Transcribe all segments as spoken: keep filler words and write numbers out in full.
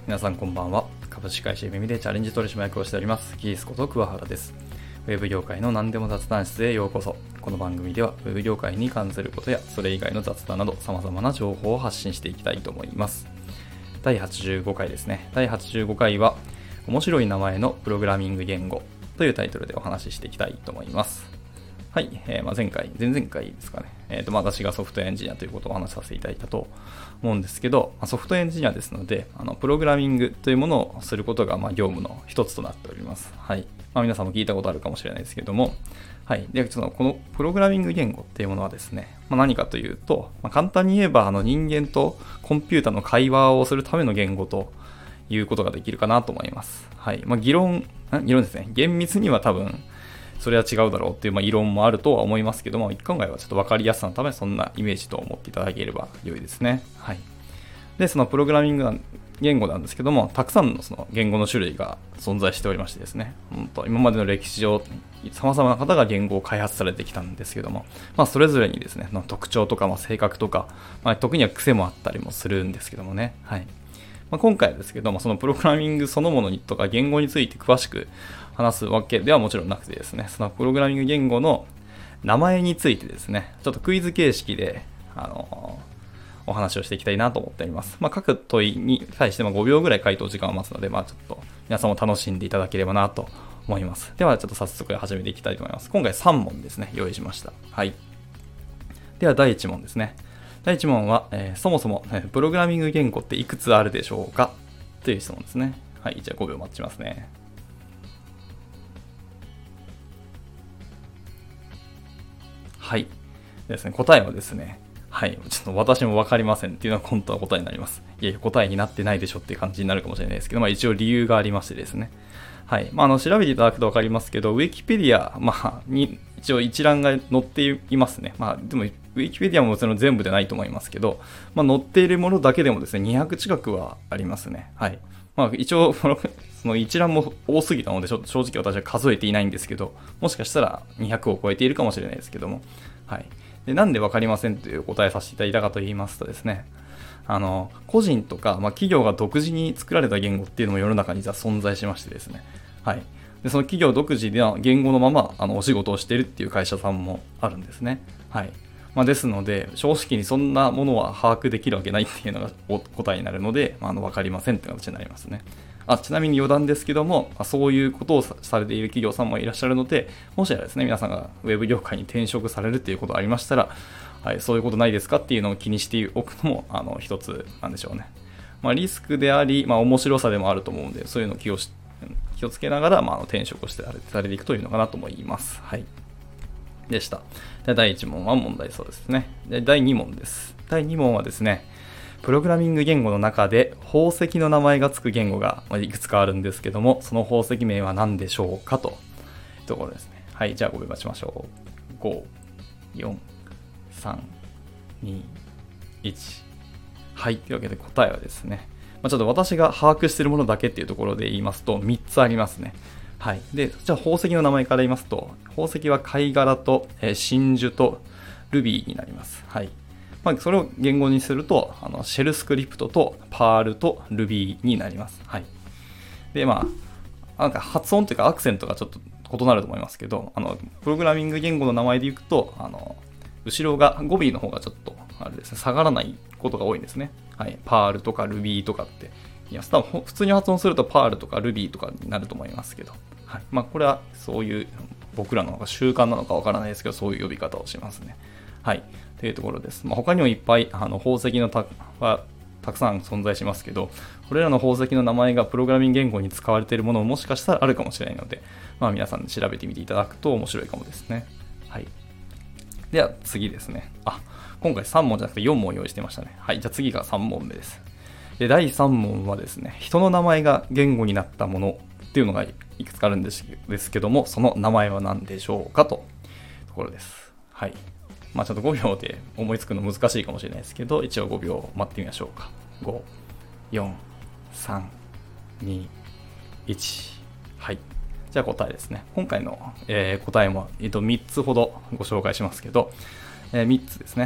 皆さんこんばんは。株式会社ゆめみでチャレンジ取締役をしておりますキースこと桑原です。ウェブ業界の何でも雑談室へようこそ。この番組ではウェブ業界に関することやそれ以外の雑談など様々な情報を発信していきたいと思います。だいはちじゅうごかいですね。だいはちじゅうごかいは面白い名前のプログラミング言語というタイトルでお話ししていきたいと思います。はい、えー、まあ前回、前々回ですかね。えーとまあ、私がソフトウェアエンジニアということをお話しさせていただいたと思うんですけど、まあ、ソフトウェアエンジニアですので、あのプログラミングというものをすることがまあ業務の一つとなっております。はい。まあ、皆さんも聞いたことあるかもしれないですけども、はい。で、そのこのプログラミング言語っていうものはですね、まあ、何かというと、まあ、簡単に言えばあの人間とコンピュータの会話をするための言語ということができるかなと思います。はい。まあ、議論、議論ですね。厳密には多分、それは違うだろうっていうまあ異論もあるとは思いますけども、一考えはちょっと分かりやすさのためそんなイメージと思っていただければ良いですね。はい。で、そのプログラミング言語なんですけども、たくさんのその言語の種類が存在しておりましてですね、本当今までの歴史上、様々な方が言語を開発されてきたんですけども、まあそれぞれにですね、の特徴とかまあ性格とか、まあ、特には癖もあったりもするんですけどもね。はい。まあ、今回ですけども、そのプログラミングそのものにとか言語について詳しく話すわけではもちろんなくてですね、そのプログラミング言語の名前についてですね、ちょっとクイズ形式で、あのー、お話をしていきたいなと思っております。まあ、各問いに対してごびょうぐらい回答時間を待つので、まあ、ちょっと皆さんも楽しんでいただければなと思います。では、ちょっと早速始めていきたいと思います。今回さん問ですね、用意しました。はい。では、だいいち問ですね。だいいち問は、えー、そもそも、えー、プログラミング言語っていくつあるでしょうかという質問ですね。はい、じゃあごびょう待ちますね。はい。ですね、答えはですね、はい、ちょっと私もわかりませんっていうのが本当は答えになります。いやいや、答えになってないでしょっていう感じになるかもしれないですけど、まあ一応理由がありましてですね。はい。まあ、あの、調べていただくとわかりますけど、ウィキペディア、まあ、に一応一覧が載っていますね。まあ、でも、ウィキペディアももちろん全部でないと思いますけど、まあ、載っているものだけでもですね、にひゃく近くはありますね。はい。まあ、一応、その一覧も多すぎたので、ちょっと正直私は数えていないんですけど、もしかしたらにひゃくを超えているかもしれないですけども、はい。で、なんでわかりませんという答えさせていただいたかと言いますとですね、あの、個人とか、まあ、企業が独自に作られた言語っていうのも世の中に実は存在しましてですね、はい。で、その企業独自では言語のままあのお仕事をしているっていう会社さんもあるんですね。はい。まあ、ですので、正直にそんなものは把握できるわけないっていうのが答えになるので、まあ、あの分かりませんって形になりますね。あ、ちなみに余談ですけども、そういうことをされている企業さんもいらっしゃるので、もしやですね、皆さんがウェブ業界に転職されるっていうことがありましたら、はい、そういうことないですかっていうのを気にしておくのも、あの、一つなんでしょうね。まあ、リスクであり、まあ、面白さでもあると思うので、そういうのを気をし気をつけながら、まあ、転職をしてされていくというのかなと思います。はい。でした。で、だいいち問は問題そうですね。で、だいに問です。だいに問はですね、プログラミング言語の中で宝石の名前がつく言語がいくつかあるんですけども、その宝石名は何でしょうかというところですね。はい、じゃあごびょう待ちましょう。ご、よん、さん、に、いち。はい、というわけで答えはですね、まあ、ちょっと私が把握しているものだけっていうところで言いますとみっつありますね。はい。で、じゃあ宝石の名前から言いますと、宝石は貝殻と、えー、真珠とルビーになります。はい。まあ、それを言語にすると、あのシェルスクリプトとパールとルビーになります。はい。で、まあ、なんか発音というかアクセントがちょっと異なると思いますけど、あの、プログラミング言語の名前でいくと、あの、後ろが、語尾の方がちょっと、あれですね、下がらないことが多いんですね。はい。パールとかルビーとかって言います。多分普通に発音するとパールとかルビーとかになると思いますけど。はい。まあこれはそういう僕らの習慣なのかわからないですけど、そういう呼び方をしますね。はい。というところです。まあ、他にもいっぱいあの宝石のたはたくさん存在しますけど、これらの宝石の名前がプログラミング言語に使われているものももしかしたらあるかもしれないので、まあ皆さん調べてみていただくと面白いかもですね。はい。では次ですね。あ、今回さん問じゃなくてよん問用意してましたね。はい。じゃあ次がさん問目です。で、だいさん問はですね、人の名前が言語になったものっていうのがいくつかあるんですですけども、その名前は何でしょうかというところです。はい。まあちょっとごびょうで思いつくの難しいかもしれないですけど、一応ごびょう待ってみましょうか。ご、よん、さん、に、いち。はい。じゃあ答えですね。今回の、えー、答えも、えー、とみっつほどご紹介しますけど、えー、みっつですね。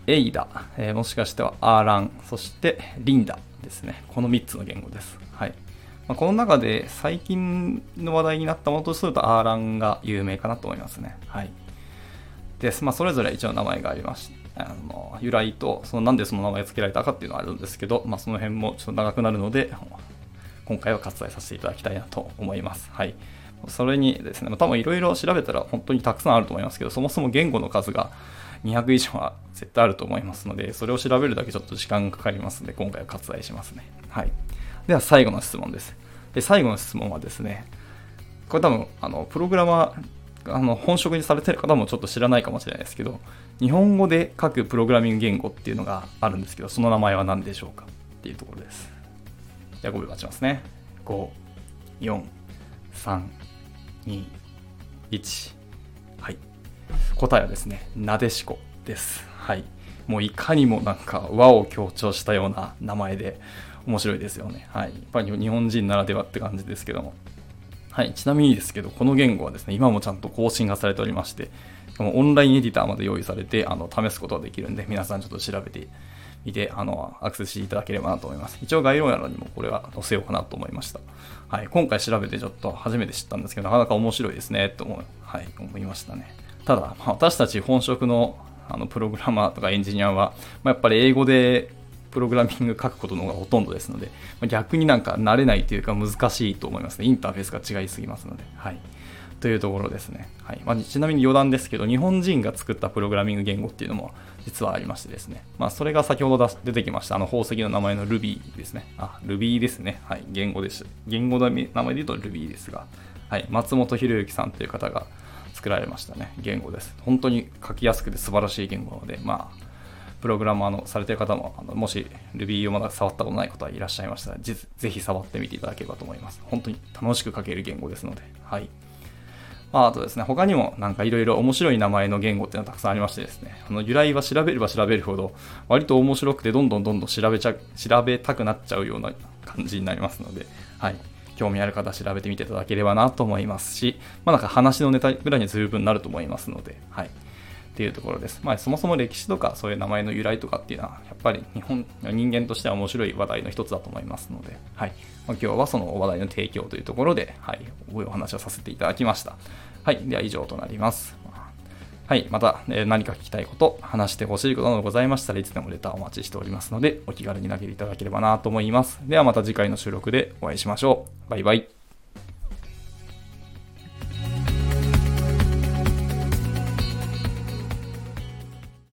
エイダ、えー、もしかしてはアーラン、そしてリンダですね。このみっつの言語です。はい。まあ、この中で最近の話題になったものとするとアーランが有名かなと思いますね。はい。です。まあ、それぞれ一応名前がありまして、あの由来とそのなんでその名前が付けられたかっていうのはあるんですけど、まあ、その辺もちょっと長くなるので今回は割愛させていただきたいなと思います。はい。それにですね、多分いろいろ調べたら本当にたくさんあると思いますけど、そもそも言語の数がにひゃく以上は絶対あると思いますので、それを調べるだけちょっと時間がかかりますので、今回は割愛しますね。はい。では最後の質問です。で、最後の質問はですね、これ多分あのプログラマーあの本職にされてる方もちょっと知らないかもしれないですけど、日本語で書くプログラミング言語っていうのがあるんですけど、その名前は何でしょうかっていうところです。じゃあごびょう待ちますね。ご、よん、さん、に、いち。はい。答えはですね、なでしこです。はい。もういかにもなんか和を強調したような名前で面白いですよね。はい。やっぱり日本人ならではって感じですけども。はい、ちなみにですけど、この言語はですね、今もちゃんと更新がされておりまして、オンラインエディターまで用意されて、あの試すことができるんで、皆さんちょっと調べてみて、あのアクセスしていただければなと思います。一応概要欄にもこれは載せようかなと思いました。はい、今回調べてちょっと初めて知ったんですけど、なかなか面白いですねと思い、はい、思いましたね。ただ、まあ、私たち本職のあのプログラマーとかエンジニアは、まあ、やっぱり英語でプログラミング書くことの方がほとんどですので、逆になんか慣れないというか難しいと思いますね。インターフェースが違いすぎますので。はい。というところですね。はい。まあ、ちなみに余談ですけど、日本人が作ったプログラミング言語っていうのも実はありましてですね。まあ、それが先ほど出てきました、あの宝石の名前の Ruby ですね。あ、Ruby ですね。はい。言語です。言語の名前で言うと Ruby ですが、はい。松本博之さんという方が作られましたね。言語です。本当に書きやすくて素晴らしい言語なので、まあ、プログラマーのされている方も、あのもし Ruby をまだ触ったことない方いらっしゃいましたら、ぜひ触ってみていただければと思います。本当に楽しく書ける言語ですので。はい。まあ、あとですね、他にもなんかいろいろ面白い名前の言語っていうのはたくさんありましてですね、あの由来は調べれば調べるほど、割と面白くてどんどんどんどん調べちゃ、調べたくなっちゃうような感じになりますので、はい。興味ある方は調べてみていただければなと思いますし、まあなんか話のネタぐらいに十分になると思いますので、はい。っていうところです。まあ、そもそも歴史とかそういう名前の由来とかっていうのはやっぱり日本人間としては面白い話題の一つだと思いますので、はい。まあ、今日はその話題の提供というところで、はい、お話をさせていただきました。はい。では以上となります。はい。また、えー、何か聞きたいこと、話してほしいことなどございましたらいつでもレターお待ちしておりますので、お気軽に投げていただければなと思います。ではまた次回の収録でお会いしましょう。バイバイ。